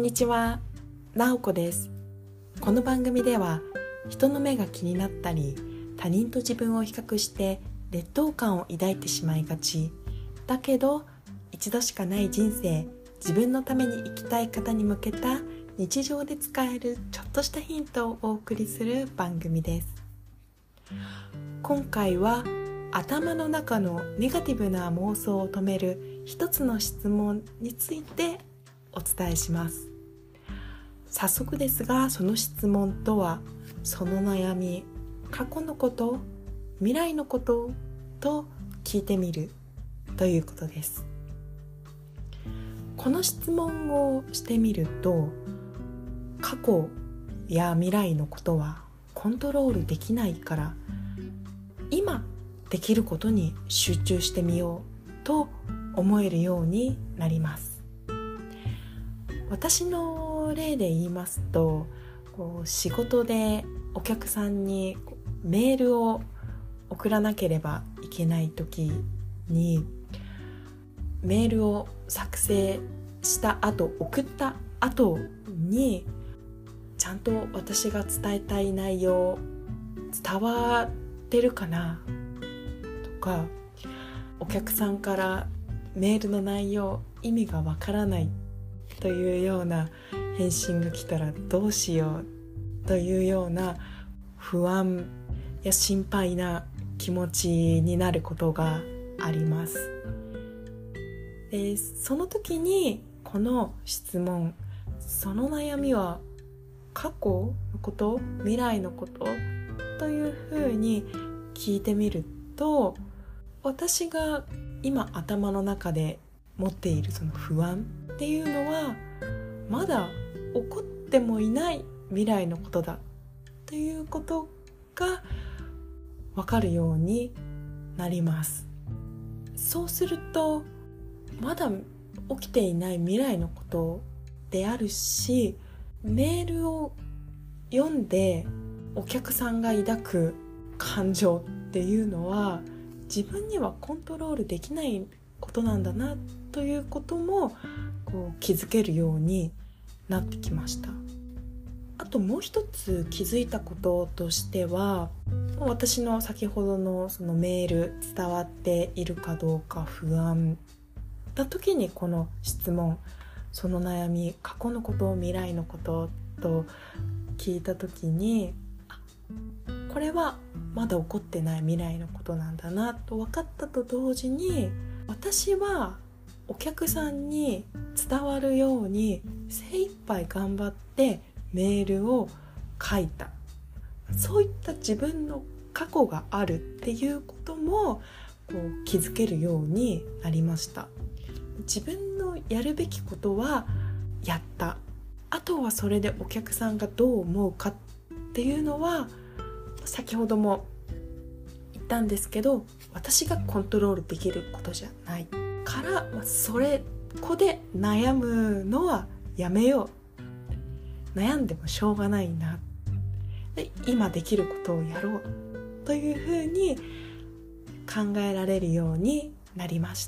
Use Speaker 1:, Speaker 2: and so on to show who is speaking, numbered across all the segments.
Speaker 1: んにちは、なおこです。この番組では人の目が気になったり、他人と自分を比較して劣等感を抱いてしまいがちだけど、一度しかない人生、自分のために生きたい方に向けた日常で使えるちょっとしたヒントをお送りする番組です。今回は頭の中のネガティブな妄想を止める一つの質問についてお伝えします。早速ですが、その質問とは、その悩み、過去のこと、未来のことと聞いてみるということです。この質問をしてみると、過去や未来のことはコントロールできないから、今できることに集中してみようと思えるようになります。私の例で言いますと、仕事でお客さんにメールを送らなければいけない時に、メールを作成した後、送った後にちゃんと私が伝えたい内容伝わってるかなとか、お客さんからメールの内容意味がわからないというような返信が来たらどうしようというような不安や心配な気持ちになることがあります。で、その時にこの質問、その悩みは過去のこと、未来のことというふうに聞いてみると、私が今頭の中で持っているその不安っていうのは、まだ起こってもいない未来のことだということが分かるようになります。そうすると、まだ起きていない未来のことであるし、メールを読んでお客さんが抱く感情っていうのは、自分にはコントロールできないことなんだなということも気づけるようになってきました。あともう一つ気づいたこととしては、私の先ほどのそのメール伝わっているかどうか不安な時に、この質問、その悩み、過去のこと、未来のことと聞いた時に、これはまだ起こってない未来のことなんだなと分かったと同時に、私はお客さんに伝わるように精一杯頑張ってメールを書いた、そういった自分の過去があるっていうことも気づけるようになりました。自分のやるべきことはやった、あとはそれでお客さんがどう思うかっていうのは、先ほども言ったんですけど、私がコントロールできることじゃないから、それこで悩むのはやめよう、悩んでもしょうがないな、で今できることをやろうというふうに考えられるようになりました。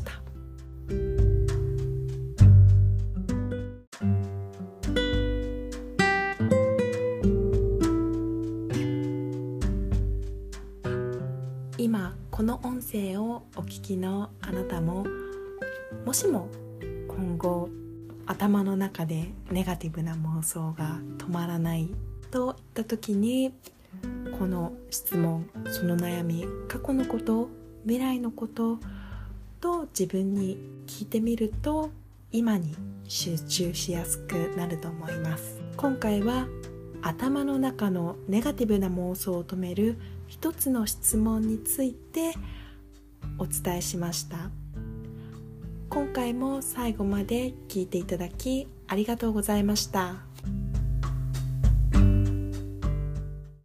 Speaker 1: 今この音声をお聞きのあなたも、もしも今後頭の中でネガティブな妄想が止まらないといった時に、この質問、その悩み、過去のこと、未来のことと自分に聞いてみると、今に集中しやすくなると思います。今回は頭の中のネガティブな妄想を止める一つの質問についてお伝えしました。今回も最後まで聞いていただきありがとうございました。